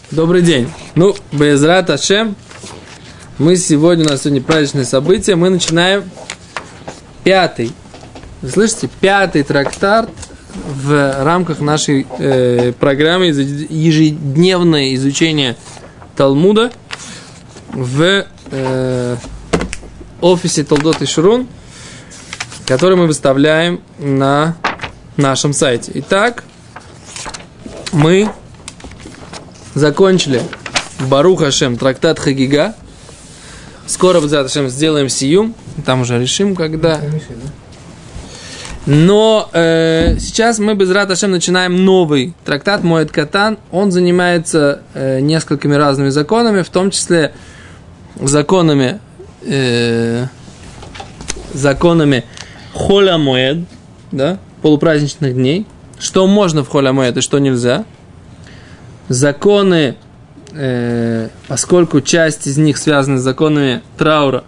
Добрый день. Безрат Ашем. У нас сегодня праздничное событие. Мы начинаем пятый трактат в рамках нашей программы ежедневное изучение Талмуда в офисе Толдот и Шурун, который мы выставляем на нашем сайте. Итак, мы закончили Барух Ашем трактат Хагига. Скоро, Безрат Ашем, сделаем сиюм. Там уже решим, когда. Но сейчас мы, Безрат Ашем, начинаем новый трактат Моэд Катан. Он занимается несколькими разными законами, в том числе законами Холя Моэд, да, полупраздничных дней. Что можно в Холя Моэд и что нельзя. Законы, поскольку часть из них связана с законами траура,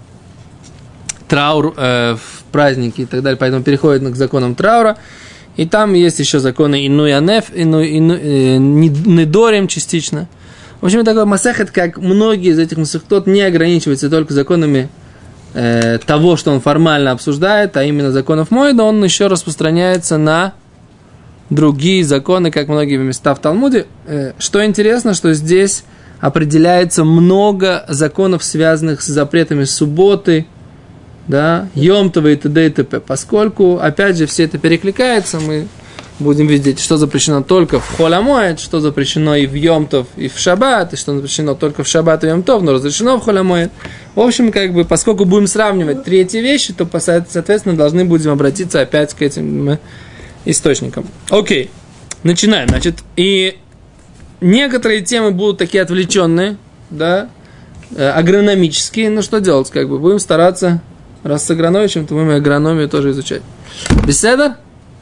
в праздники и так далее, поэтому переходит к законам траура. И там есть еще законы Инуянеф, Недорим частично. В общем, такой масехет, как многие из этих масехтот, не ограничивается только законами того, что он формально обсуждает, а именно законов Моэда, он еще распространяется на другие законы, как многие места в Талмуде. Что интересно, что здесь определяется много законов, связанных с запретами субботы, да, Йом-Това и т.д. и т.п. Поскольку, опять же, все это перекликается, мы будем видеть, что запрещено только в Хол ха-Моэд, что запрещено и в Йом-Тов, и в Шаббат, и что запрещено только в Шаббат и Йом-Тов, но разрешено в Хол ха-Моэд. В общем, поскольку будем сравнивать три эти вещи, то, соответственно, должны будем обратиться опять к этим источникам. Окей, начинаем. Значит, и некоторые темы будут такие отвлеченные, да, агрономические, но что делать, будем стараться, раз с агрономичем, то будем и агрономию тоже изучать. Беседа?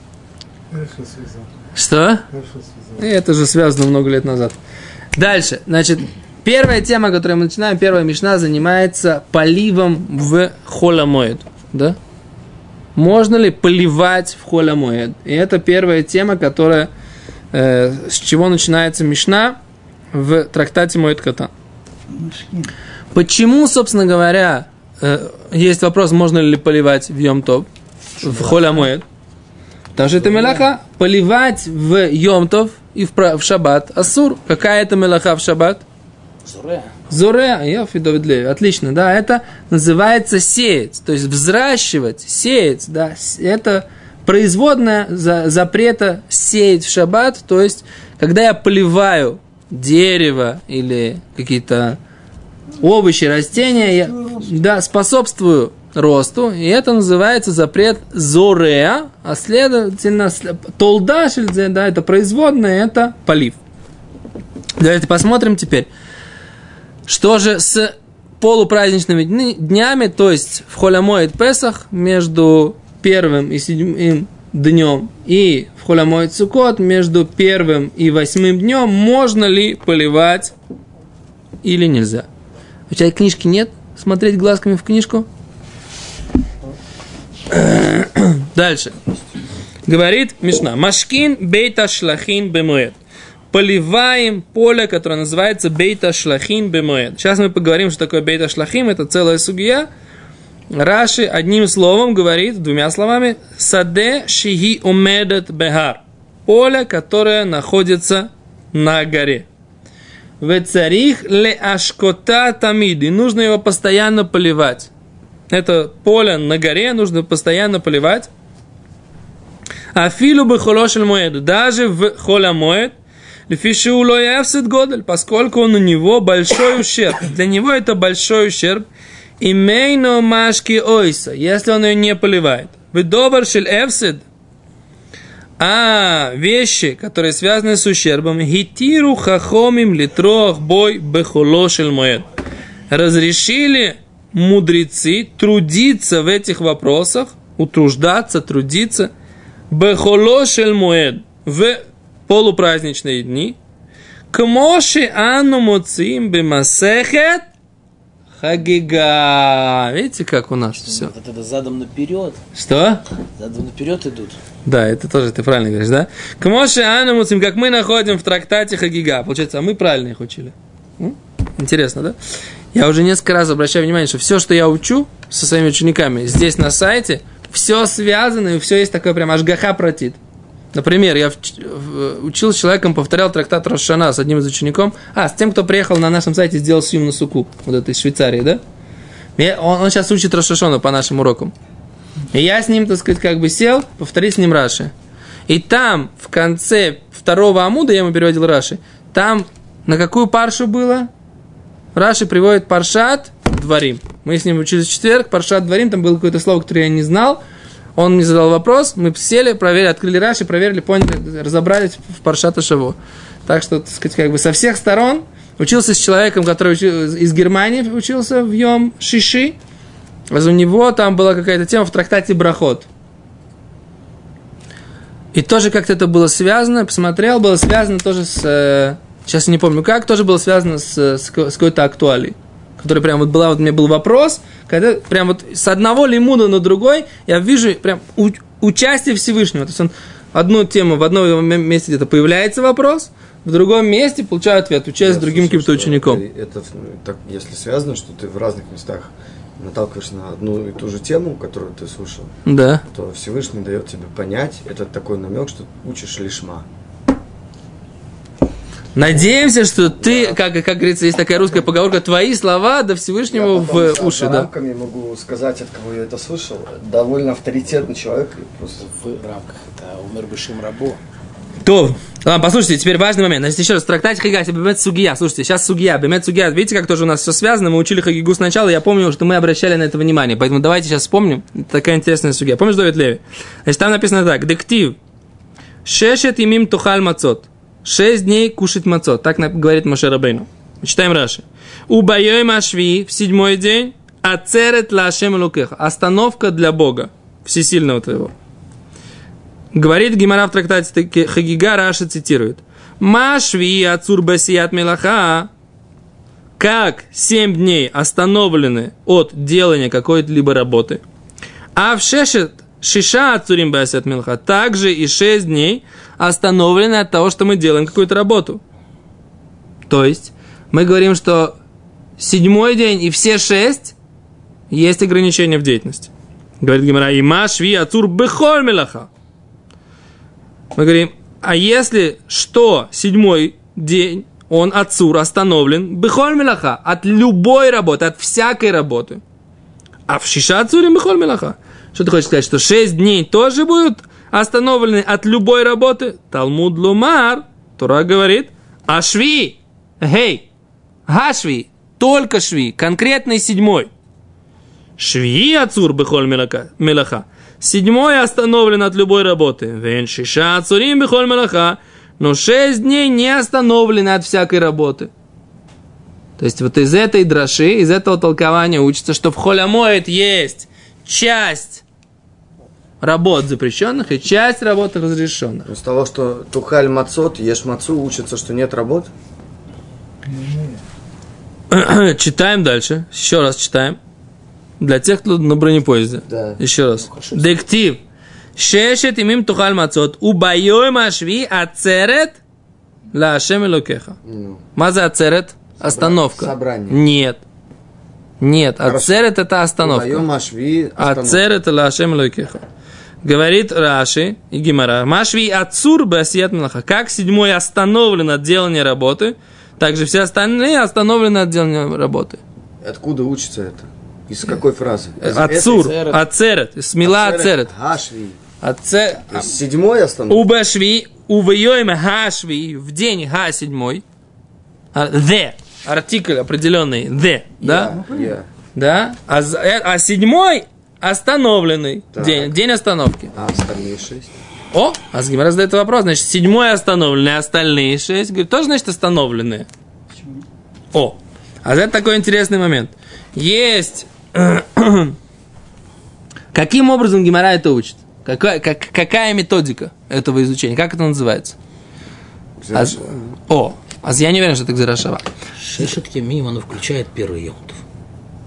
Что? Это же связано много лет назад. Дальше, значит, первая тема, которую мы начинаем, первая мишна занимается поливом в Хол ха-Моэд, да? Можно ли поливать в Хол ха-Моэд? И это первая тема, которая, с чего начинается мишна в трактате Моэд Катан. Почему, собственно говоря, есть вопрос, можно ли поливать в Йом-Тов, в Хол ха-Моэд? Потому что это мелаха. Поливать в Йом-Тов и в Шаббат асур. Какая это мелаха в Шаббат? Зореа, отлично, да, это называется сеять, то есть взращивать, сеять, да, это производная запрета сеять в Шаббат, то есть, когда я поливаю дерево или какие-то овощи, растения, я способствую росту, и это называется запрет зореа, а следовательно, толдашель, да, это производная, это полив. Давайте посмотрим теперь. Что же с полупраздничными днями, то есть в Хол ха-Моэд Песах, между первым и седьмым днем, и в Хол ха-Моэд Суккот, между первым и восьмым днем, можно ли поливать или нельзя? У тебя книжки нет? Смотреть глазками в книжку? Дальше. Говорит Мишна. Машкин бейта шлахин бемоэд. Поливаем поле, которое называется бейта шлахин бемоэд. Сейчас мы поговорим, что такое бейта шлахим. Это целая сугия. Раши одним словом говорит, двумя словами, саде шиги умедет бехар. Поле, которое находится на горе. Вецарих ле ашкота тамид. И нужно его постоянно поливать. Это поле на горе, нужно постоянно поливать. Афилу бехоло шель моэд. Даже в Хол ха-Моэд. Поскольку он у него большой ущерб. Для него это большой ущерб. Имейно машки ойса, если он ее не поливает. Выдовар шель эфсид. А вещи, которые связаны с ущербом, гитиру хахомим литрох бой бехоло шель моэд. Разрешили мудрецы трудиться в этих вопросах, утруждаться, трудиться бехоло шель моэд, в полупраздничные дни, кмоши анну моцим бемасехет Хагига. Видите, как у нас все? Это задом наперед. Что? Задом наперед идут. Да, это тоже ты правильно говоришь, да? Кмоши анамуцим, как мы находим в трактате Хагига. Получается, а мы правильно их учили. Интересно, да? Я уже несколько раз обращаю внимание, что все, что я учу со своими учениками здесь на сайте, все связано, и все есть такое прям ашгаха протит. Например, я учил с человеком, повторял трактат Рош ха-Шана с одним из учеников, с тем, кто приехал на нашем сайте, сделал сьюм на суку, вот это из Швейцарии, да? Он сейчас учит Рош ха-Шану по нашим урокам. И я с ним, так сказать, как бы сел, повторить с ним Раши. И там, в конце второго амуда, я ему переводил Раши, там на какую паршу было? Раши приводит Паршат Дворим. Мы с ним учились в четверг, Паршат Дворим, там было какое-то слово, которое я не знал. Он мне задал вопрос, мы сели, проверили, открыли Раши, проверили, поняли, разобрались в Паршат Шаво. Так что, так сказать, как бы со всех сторон учился с человеком, который из Германии учился в Йом Шиши. У него там была какая-то тема в трактате Брахот. И тоже как-то это было связано, посмотрел, было связано тоже с... Сейчас я не помню как, тоже было связано с какой-то актуалией. Который прям вот была, вот у меня был вопрос, когда прям вот с одного лимуда на другой я вижу прям участие Всевышнего. То есть он одну тему в одном месте где-то появляется вопрос, в другом месте получаю ответ, учась с другим каким-то учеником. Это так, если связано, что ты в разных местах наталкиваешься на одну и ту же тему, которую ты слушал, да, то Всевышний дает тебе понять, это такой намек, что учишь лишма. Надеемся, что ты, как говорится, есть такая русская поговорка, твои слова до Всевышнего в уши, да? Я могу сказать, от кого я это слышал. Довольно авторитетный человек. Просто в рамках, это Умер Бешим Рабо. То, ладно, послушайте, теперь важный момент. Значит, еще раз, в трактате Хагига, Бемет Сугия. Слушайте, сейчас Сугия, Бемет Сугия. Видите, как тоже у нас все связано? Мы учили Хагигу сначала, я помню, что мы обращали на это внимание. Поэтому давайте сейчас вспомним. Это такая интересная Сугия. Помнишь Довид Леви? Значит, там написано так. Дектив. Шешет имим тухаль мацот. 6 дней кушать мацот. Так говорит Моше Рабейну. Читаем Раши. Убайой машви в 7-й день. Ацерет лашем лукеха. Остановка для Бога. Всесильного твоего. Говорит Гемара в трактате Хагига, Раши цитирует. Машви ацур басият мелаха. Как 7 дней остановлены от делания какой-либо работы. А в шиша ацурим басият мелаха. Также и 6 дней остановлены от того, что мы делаем какую-то работу. То есть, мы говорим, что 7-й день и все 6 есть ограничения в деятельности. Говорит Гемара, има шви ацур бехоль мелаха. Мы говорим, а если что 7-й день, он ацур остановлен, бехоль мелаха, от любой работы, от всякой работы. А в шиша ацурим бехоль мелаха. Что ты хочешь сказать, что 6 дней тоже будут остановлены от любой работы? Талмуд Лумар, Тора говорит, ашви, гашви, только шви, конкретный 7-й. Шви ацур бехоль мелаха. 7-й остановлен от любой работы. Вен шиша ацурим бехоль мелаха. Но 6 дней не остановлены от всякой работы. То есть вот из этой драши, из этого толкования учится, что в холь амоэд есть часть работ запрещенных и часть работ разрешенных. Из того, что тухаль мацот, ешь мацу, учится, что нет работ? Читаем дальше. Еще раз читаем. Для тех, кто на бронепоезде. Да. Еще раз. Дектив. Шешет имим тухаль мацот. Убайой машви ацерет ла ашем элокеха. Маза ацерет? Остановка. Собрание. Нет. Ацерет это остановка. Убайой машви ацерет ла ашем элокеха. Говорит Раши и Гемара. Машви ацур басият мелаха. Как 7-й остановлен от делания работы, так же все остальные остановлены от делания работы. Откуда учится это? Из какой фразы? Ацур, ацерет, смела ацерет. Хашви. 7-й остановлен. Убашви, увайоим хашви, в день ха-7. The, артикль определенный, the, да? Да? А 7-й остановленный день остановки. А остальные 6? О, Гемара задает вопрос. Значит, 7-й остановленный, а остальные 6, говорит, тоже, значит, остановленные. Почему? О, это такой интересный момент. Есть... Каким образом Гемара это учит? Какая методика этого изучения? Как это называется? Я не уверен, что это Гзера Шава. Шешет Ямим, оно включает первый Йом Тов.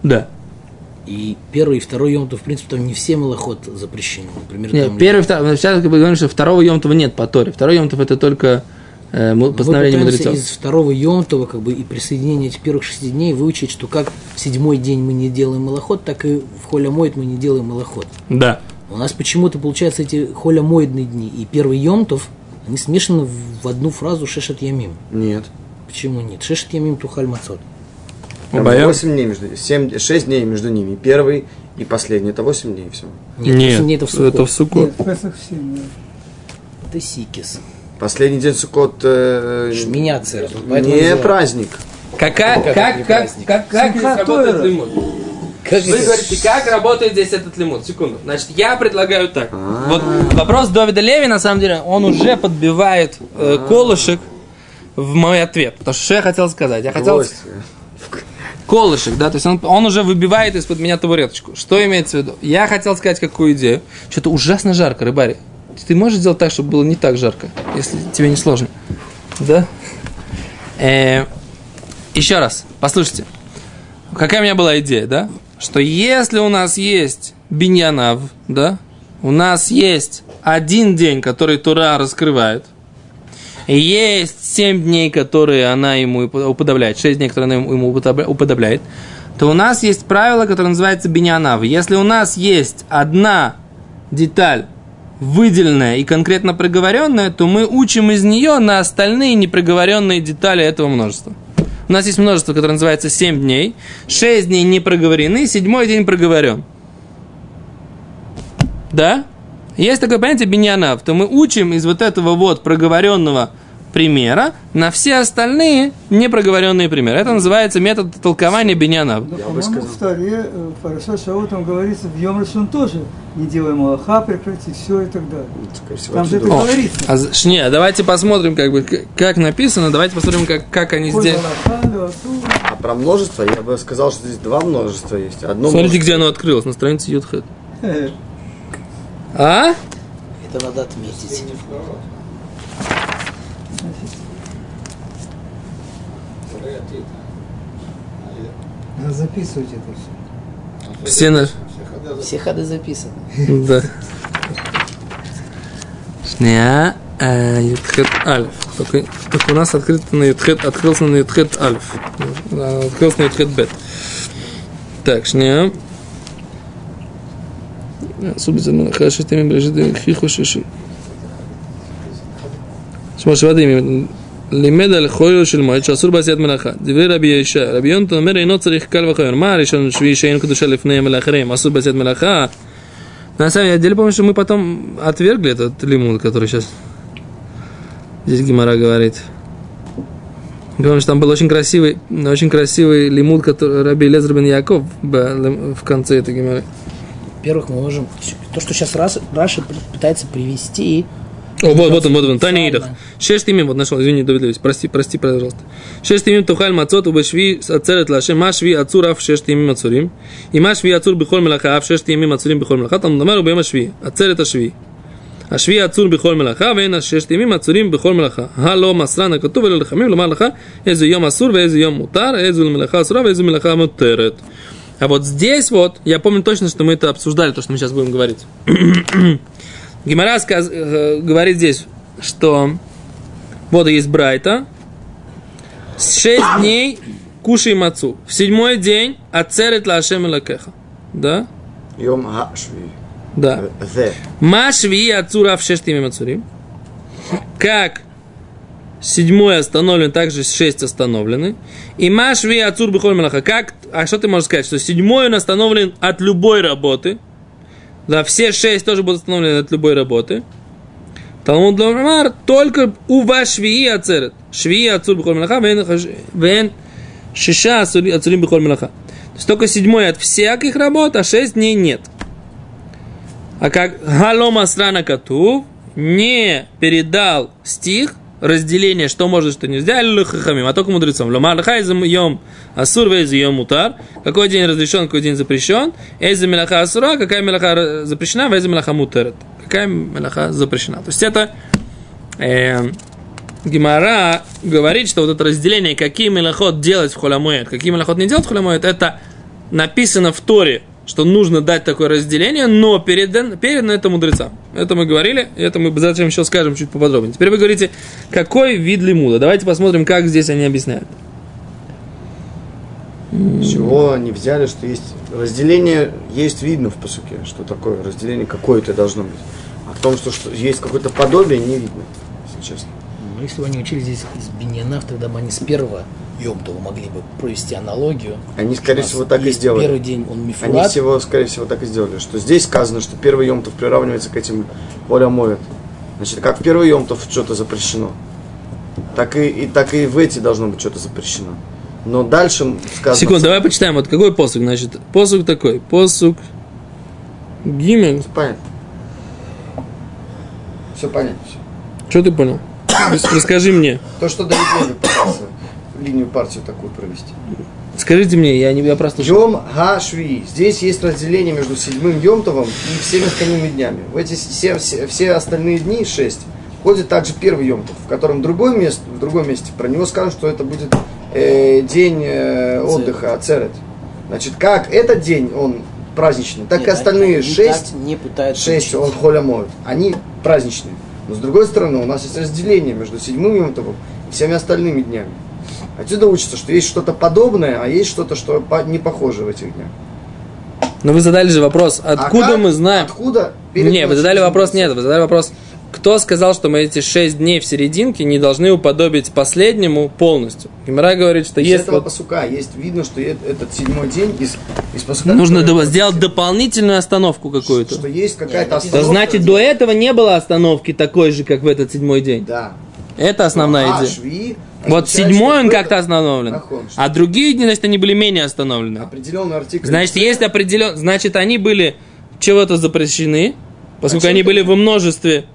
Да. И первый и второй йом-тов, в принципе, там не все малахот запрещены. Например, Нет, там первый, второй, сейчас как бы говорим, что второго йом-това нет по Торе. Второй йом-тов это только постановление мы мудрецов. из второго йом-това как бы и присоединения этих первых 6 дней выучить, что как в 7-й день мы не делаем малахот, так и в холь-амоид мы не делаем малахот. Да. У нас почему-то, получается, эти холь-амоидные дни и первый йом-тов, они смешаны в одну фразу шешет ямим. Нет. Почему нет? Шешет ямим тухаль мацот. Там Обоим? 8 дней между 6 дней между ними. Первый и последний. Это 8 дней всего. Нет, 8 дней это в Суккот. это в Суккот. Нет, Песах 7, да. Это сикис. Последний день Суккот Шмини Ацерет. не праздник. Как здесь работает лимут? Вы говорите, как работает здесь этот лимут? Секунду. Значит, я предлагаю так. Вот вопрос Довида Леви, на самом деле, он уже подбивает колышек в мой ответ. То, что я хотел сказать. Я хотел... Колышек, да, то есть он уже выбивает из-под меня табуреточку. Что имеется в виду? Я хотел сказать какую идею. Что-то ужасно жарко, рыбари. Ты можешь сделать так, чтобы было не так жарко, если тебе не сложно? Да? Еще раз, послушайте. Какая у меня была идея, да? Что если у нас есть биньянав, да, у нас есть один день, который Тора раскрывает, и есть 7 дней, которые она ему уподобляет, 6 дней, которые она ему уподобляет, то у нас есть правило, которое называется биньянав. Если у нас есть одна деталь, выделенная и конкретно проговоренная, то мы учим из нее на остальные непроговоренные детали этого множества. У нас есть множество, которое называется 7 дней, 6 дней не проговорены, 7-й день проговорен. Да? Есть такое понятие биньянав, то мы учим из вот этого вот проговоренного примера на все остальные непроговоренные примеры. Это называется метод толкования биньянав. Да, по-моему, в Таре, в Парашат Шавот, там говорится, в Йом Ришон тоже не делай малаха, прекрати все и так далее. Там же это говорится. Давайте посмотрим, как написано, давайте посмотрим, как они сделали. А про множество, я бы сказал, что здесь два множества есть. Одно Смотрите, множество. где оно открылось, на странице Ютхет. А? Это надо отметить. Надо записывать это все. Все наши. Все ходы записаны. Да. Шня. Ютхет Альф. Только у нас открылся на Ютхет Альф. Открылся на Ютхет Бет. Так, шня. Субица Малаха, шестыми брежидами, хиху шиши. Шмаш вадими. לימד על חויו של מועד שאסור בעשיית מלאכה. דברי רבי ישע. רבי יונתן אומר אינו צריך קל וחומר. מה הראשון שביעי שאין קדושה לפניהם ולאחריהם? אסור בעשיית мелаха. На самом деле, помню, что мы потом отвергли этот лимуд, который сейчас здесь Гемара говорит. Помню, что там был очень красивый лимуд, который Раби Элиэзер бен Яаков в конце этой Гемары. Во-первых, мы можем... То, что сейчас Раши пытается привести... вот он, Таня Идах. 6 имим, вот нашел, извини, Давид Левич, прости, пожалуйста. 6 имим тухаль мацот, убешви ацерет лашем, машви ацур аф 6 имим ацурим, и машви ацур бихоль мелаха, аф 6 имим ацурим бихоль мелаха, там намару бем ашви, ацерет ашви. השביעי עצור בכל מלאכה, ואין הששת ימים עצורים בכל מלאכה. הלא מסרן הכתוב אלא לחכמים לומר לך איזה יום אסור ואיזה יום מותר, איזו מלאכה אסורה ואיזו מלאכה מותרת. А вот здесь вот, я помню точно, что мы это обсуждали, то, что мы сейчас будем говорить. Гемара говорит здесь, что вот есть брайта, 6 дней кушай мацу, в 7-й день ацерет лашем элокеха. Да? Йом ха-шви. Да. Машви ацура в 6 имя ацурим. Как 7 остановлен, также 6 остановлены. И машви ацур бихоль мелаха. Как, а что ты можешь сказать? Что 7 он остановлен от любой работы. Да, все 6 тоже будут остановлены от любой работы. Талмуд ломар только ува швии ацерет. Швии ацур бихоль мелаха, вен шиша ацурим бихоль мелаха. То есть только 7 от всяких работ, а 6 дней нет. А как Галома Срана Катув не передал стих, разделение, что можно, что нельзя, а только мудрецом. Йом асур вейзе йом мутар. Какой день разрешен, какой день запрещен. Эйзе мелаха асура, какая мелаха запрещена, вейзе мелаха мутерет. Какая мелаха запрещена. То есть это Гемара говорит, что вот это разделение, какие мелахот делать в холямоэд, какие мелахот не делать в холямоэд, это написано в Торе, что нужно дать такое разделение, но передано это мудрецам. Это мы говорили, и это мы зачем еще скажем чуть поподробнее. Теперь вы говорите, какой вид лимуда? Давайте посмотрим, как здесь они объясняют. С чего они взяли, что есть разделение, есть видно в пасуке, что такое разделение какое-то должно быть. А в том, что есть какое-то подобие, не видно, если честно. Ну, если бы они учили здесь из Биньянав, тогда бы они с первого Йом-Това могли бы провести аналогию. Они, скорее всего, так и сделали. Первый день он мифурат. Они скорее всего, так и сделали. Что здесь сказано, что первый Йом-Тов приравнивается к этим Оля моет. Значит, как в первый Йом-Тов что-то запрещено, так и в эти должно быть что-то запрещено. Но дальше сказано... Секунду, давай почитаем. Вот какой посук, значит? Посук такой. Посук Гимель. Понятно. Все понятно. Что ты понял? Расскажи мне. То, что Давид Леви пытался линию партию такую провести. Скажите мне, я просто... Йом ха-шви. Здесь есть разделение между 7-м Йом-Товом и всеми остальными днями. В эти все остальные дни, 6, входит также первый Йом-Тов, в котором в другом месте про него скажут, что это будет день отдыха, ацерет. Значит, как этот день, он праздничный, так и остальные 6, он холя моют. Они праздничные. Но с другой стороны, у нас есть разделение между 7-м Йом-Товом и всеми остальными днями. Отсюда учится, что есть что-то подобное, а есть что-то, что не похоже в этих днях. Но вы задали же вопрос, откуда мы знаем? Откуда? Не, вы задали вопрос, вы задали вопрос, кто сказал, что мы эти 6 дней в серединке не должны уподобить последнему полностью? Гемара говорит, что есть... Из этого пасука есть, видно, что этот 7-й день из пасука... Нужно сделать дополнительную остановку какую-то. Что есть какая-то остановка. То значит, до этого не было остановки такой же, как в этот 7-й день. Да. Это основная идея. Вот 7-й он как-то остановлен, а другие дни, значит, они были менее остановлены. Определенный артикль. Значит, есть определенный... Значит, они были чего-то запрещены, поскольку они были во множестве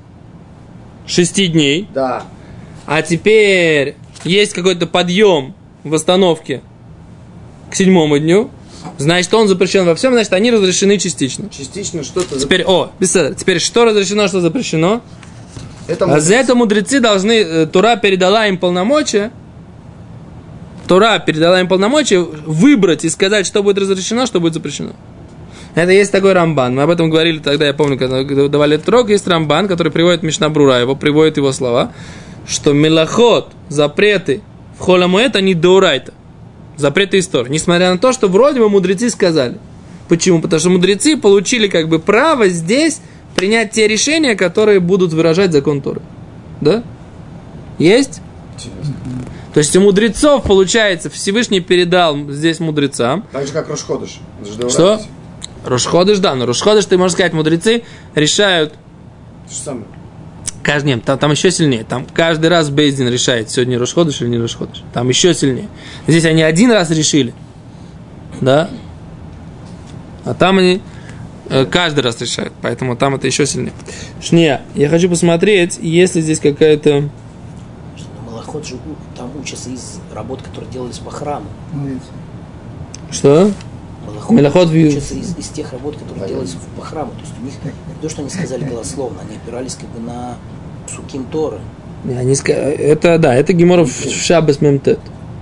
6 дней. Да. А теперь есть какой-то подъем в остановке к 7-му дню. Значит, он запрещен во всем, значит, они разрешены частично. Частично что-то... Теперь что разрешено, что запрещено? А за это мудрецы должны, Тора передала им полномочия выбрать и сказать, что будет разрешено, что будет запрещено. Это есть такой Рамбан. Мы об этом говорили тогда, я помню, когда давали этот урок, есть Рамбан, который приводит Мишна Брура, приводит его слова, что мелахот, запреты в Холя Моэд, они деорайта. Запреты из Торы. Несмотря на то, что вроде бы мудрецы сказали. Почему? Потому что мудрецы получили как бы право здесь принять те решения, которые будут выражать закон Торы. Да? Есть? То есть у мудрецов, получается, Всевышний передал здесь мудрецам. Так же, как Рош Ходеш. Что? Рош Ходеш, да. Но Рош Ходеш, ты можешь сказать, мудрецы решают... То же самое. Нет, там еще сильнее. Там каждый раз Бейздин решает, сегодня Рош Ходеш или не Рош Ходеш. Там еще сильнее. Здесь они один раз решили. Да? А там они... каждый раз решают, поэтому там это еще сильнее. Шния, я хочу посмотреть, есть ли здесь какая-то... Малахот же там учатся из работ, которые делались по храму. Что? Малахот учатся из тех работ, которые делались по храму. То есть у них не то, что они сказали голословно, они опирались как бы на суким Торы. Это Гемора в Шаббас Мемтет.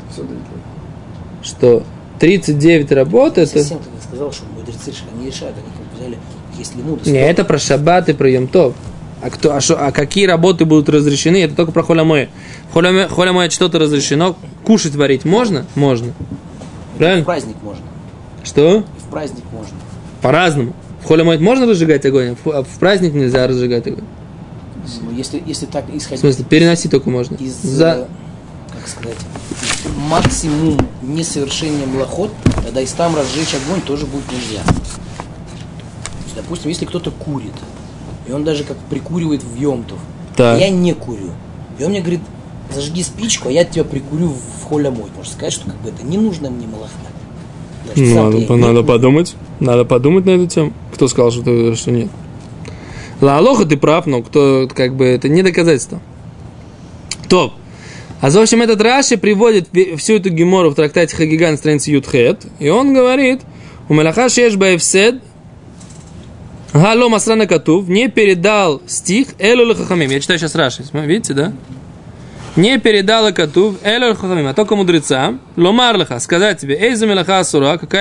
Что 39 работ это... Совсем как я сказал, что мудрецы они решают, они как бы взяли, есть лимуды. Не, это про Шаббат и про Йом-Тов. А какие работы будут разрешены? Это только про Холя Моэд. Холя Моэд что-то разрешено. Кушать, варить можно? Можно. Правильно? В праздник можно. Что? В праздник можно. По-разному. В Холя Моэд можно разжигать огонь, а в праздник нельзя разжигать огонь. Ну, если так исходить... В смысле, переносить только можно. Как сказать, максимум несовершения млахот, тогда и там разжечь огонь тоже будет нельзя. Допустим, если кто-то курит, и он даже как прикуривает в Йом-Тов, а я не курю, и он мне говорит, зажги спичку, а я тебя прикурю в Холя Моэд. Можно сказать, что как бы это не нужно мне малаха. Надо подумать на эту тему. Кто сказал, что нет? Лаалоха, ты прав, но кто, как бы, это не доказательство. Топ. А в общем, этот Раши приводит всю эту гемору в трактате Хагига на странице Ютхет, и он говорит, у Мелаха шеш баэфсед, гало масрана катув, не передал стих элю лехахамим. Я читаю сейчас Раши, видите, да? Не передал катув элю лехахамим, а только мудрецам, ломар леха, сказать тебе, эйза Мелаха асура, какая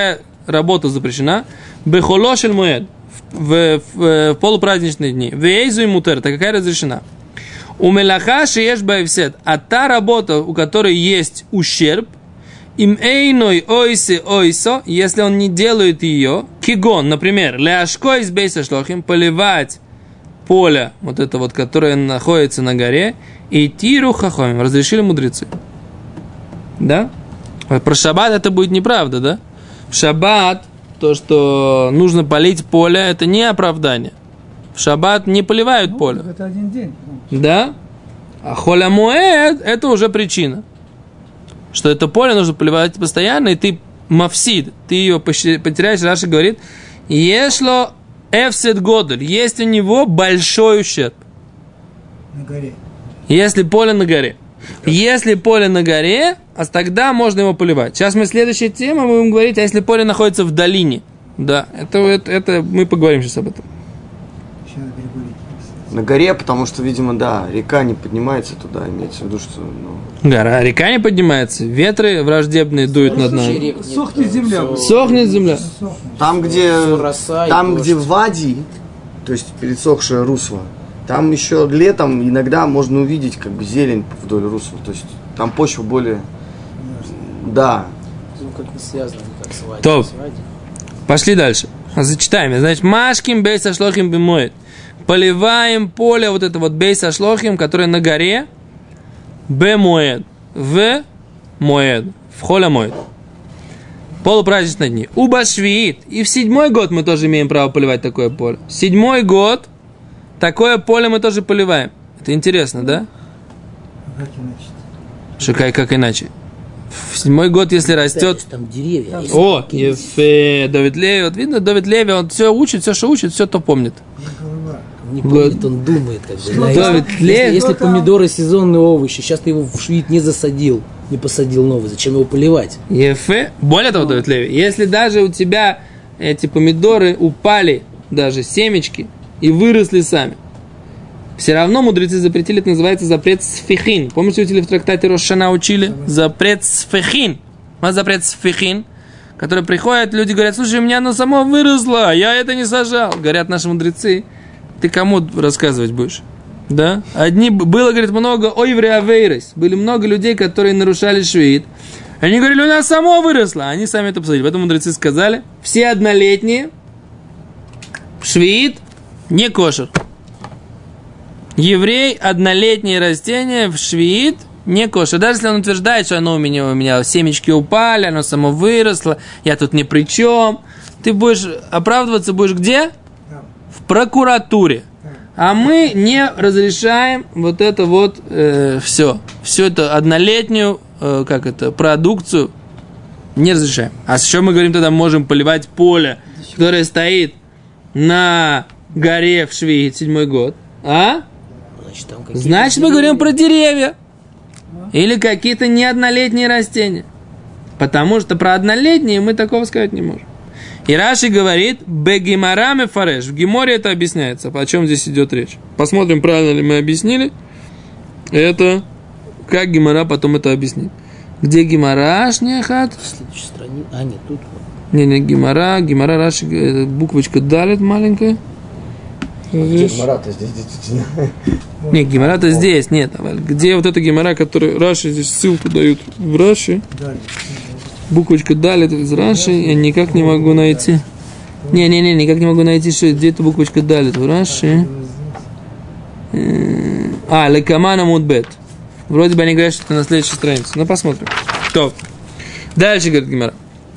работа запрещена, бехолошель муэд, в полупраздничные дни, вейзу и мутер, так какая разрешена? У мелаха шиеш баевсет, а та работа, у которой есть ущерб, им эйной ойсе ойсо, если он не делает ее, кигон, например, ляшко из бейса шлохим, поливать поле, вот это вот, которое находится на горе, и тиру хахомим, разрешили мудрецы. Да? Про шаббат это будет неправда, да? В шаббат то, что нужно полить поле, это не оправдание. В шаббат не поливают поле. Это один день. Да? А холя муэд это уже причина. Что это поле нужно поливать постоянно, и ты мафсид, ты ее потеряешь. Раши говорит, ешло эфсет годель, есть у него большой ущерб. На горе. Если поле на горе. Если поле на горе, а тогда можно его поливать. Сейчас мы следующая тема, мы будем говорить, а если поле находится в долине. Да, это мы поговорим сейчас об этом. На горе, потому что, видимо, да, река не поднимается туда, имеется в виду, что... Гора, река не поднимается, ветры враждебные дуют над нами. Сохнет земля. Сохнет земля. Там, где вади, то есть пересохшее русло, там еще летом иногда можно увидеть как бы зелень вдоль русла, то есть там почва более... Да. Ну, как не связано никак с вади. Топ. Пошли дальше. Зачитаем. Значит, машким бейса шлохим бимоет. Поливаем поле, вот это вот бейса шлохим, которое на горе, бемоед, в моед, в холя моед. Полупраздничные дни. Уба швиит. И в 7-й год мы тоже имеем право поливать такое поле. 7-й год такое поле мы тоже поливаем. Это интересно, да? Как иначе? Что, как иначе? В 7-й год, если растет... Там деревья. О, Ефе, Давид Леви. Вот видно, Давид Леви, он все учит, все, что учит, все то помнит. Не помнит, он думает. Как бы, Давид Леви. Если помидоры сезонные овощи, сейчас ты его в швид не засадил, не посадил новый, зачем его поливать? Ефе. Более того, Давид Леви, если даже у тебя эти помидоры упали, даже семечки, и выросли сами, все равно мудрецы запретили, это называется запрет сфихин. Помните, учили в трактате Рош Шана учили? Запрет сфихин. У нас запрет сфихин, который приходят, люди говорят, слушай, у меня оно само выросло, я это не сажал. Говорят наши мудрецы, ты кому рассказывать будешь? Да? Было, говорит, много ойвреавейрес. Были много людей, которые нарушали швид. Они говорили, у нас само выросло. Они сами это посадили. Поэтому мудрецы сказали, все однолетние швид не кошер. Еврей, однолетнее растение в швид не кошер. Даже если он утверждает, что оно у меня семечки упали, оно само выросло, я тут ни при чем. Ты будешь оправдываться будешь где? В прокуратуре. А мы не разрешаем вот это вот все это однолетнюю продукцию не разрешаем. А с чем мы говорим тогда, можем поливать поле, которое стоит на горе в Швии 7-й год? А? Значит, мы говорим про деревья. Или какие-то неоднолетние растения. Потому что про однолетние мы такого сказать не можем. И Раши говорит, бегимараме фареш. В Геморе это объясняется. О чем здесь идет речь? Посмотрим, правильно ли мы объяснили. Это как Гемора потом это объяснит. Где Гемора? Шнехат? В следующей странице. А, нет, тут. Не, Гемора. Гемора Раши, буквочка далит маленькая. Гемора-то здесь действительно. Не, Гемора-то здесь, нет. Где вот эта Гемора, которую Раши здесь ссылку дают в Раши? Буквочка далит из Раши, я никак не могу найти. Не, никак не могу найти, что где эта буквочка далит в Раши. Лекамана мудбет. Вроде бы они говорят, что это на следующей странице. Ну, посмотрим. Топ. Дальше говорит Гемора.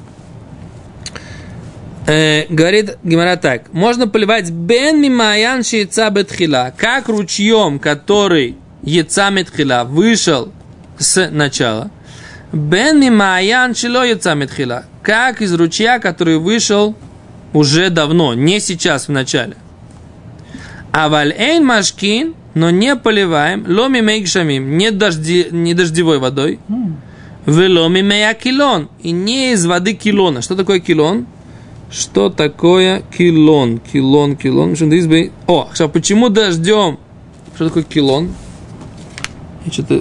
Говорит Гемора так. Можно поливать бен мимаян шиеца бетхила. Как ручьем, который еца метхила вышел с начала. Бен мимаян шило еца метхила. Как из ручья, который вышел уже давно, не сейчас в начале. Аваль эйн машкин, но не поливаем, ло мимей гшамим, не дождевой водой, вело мимей акилон, и не из воды килона. Что такое килон? Что такое килон? Килон. О, почему дождем? Что такое килон? Я что-то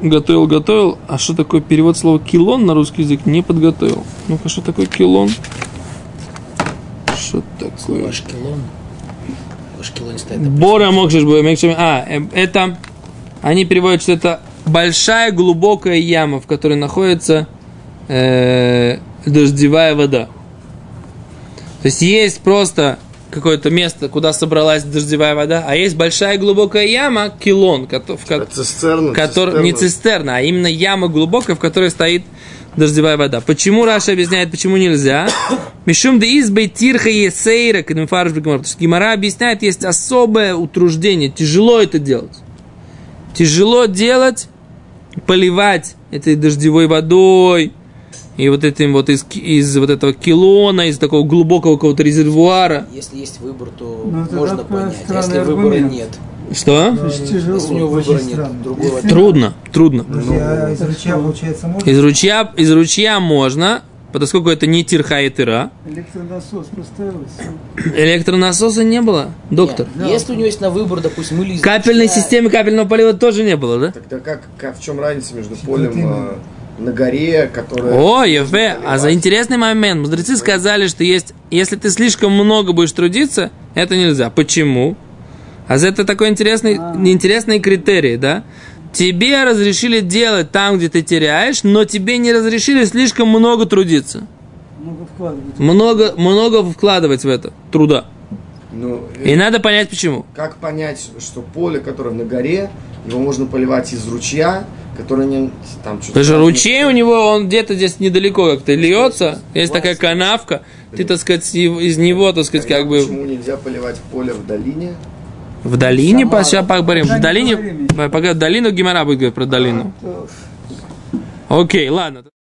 готовил. А что такое перевод слова килон на русский язык? Не подготовил. Ну-ка, что такое килон? такое? Ашкелон. Ашкелон стоит. Бора мокшиш мекшами. Это они переводят, что это большая глубокая яма, в которой находится дождевая вода. То есть есть просто какое-то место, куда собралась дождевая вода, а есть большая глубокая яма, килон, не цистерна, а именно яма глубокая, в которой стоит дождевая вода. Почему Раша объясняет, почему нельзя? Мишум де избей тирха есейра, потому что Гемара объясняет, есть особое утруждение, тяжело это делать. Тяжело делать, поливать этой дождевой водой, и вот этим вот из вот этого килона, из такого глубокого какого-то резервуара. Если есть выбор, то можно понять. А если выбора нет. Что? Тяжело, если у него выбора нет. Другого трудно. Из ручья, получается, можно? Из ручья можно, поскольку это не тирха и тыра. Электронасос поставился. Электронасоса не было, доктор. Нет. Если у него есть на выбор, допустим, или капельной системы капельного полива тоже не было, да? Тогда в чем разница между полем на горе, которая... О, Еве, а за интересный момент. Мудрецы сказали, что если ты слишком много будешь трудиться, это нельзя. Почему? А за это такой интересный критерий, да? Тебе разрешили делать там, где ты теряешь, но тебе не разрешили слишком много трудиться. Много вкладывать в это труда. И надо понять, почему. Как понять, что поле, которое на горе, его можно поливать из ручья, который не там что-то... Потому что ручей у него, он где-то здесь недалеко как-то льется, есть такая канавка, ты, так сказать, из него, так сказать, как бы... Почему нельзя поливать поле в долине? В долине, сейчас поговорим. В долине, пока долину Гемара будет говорить про долину. Окей, ладно.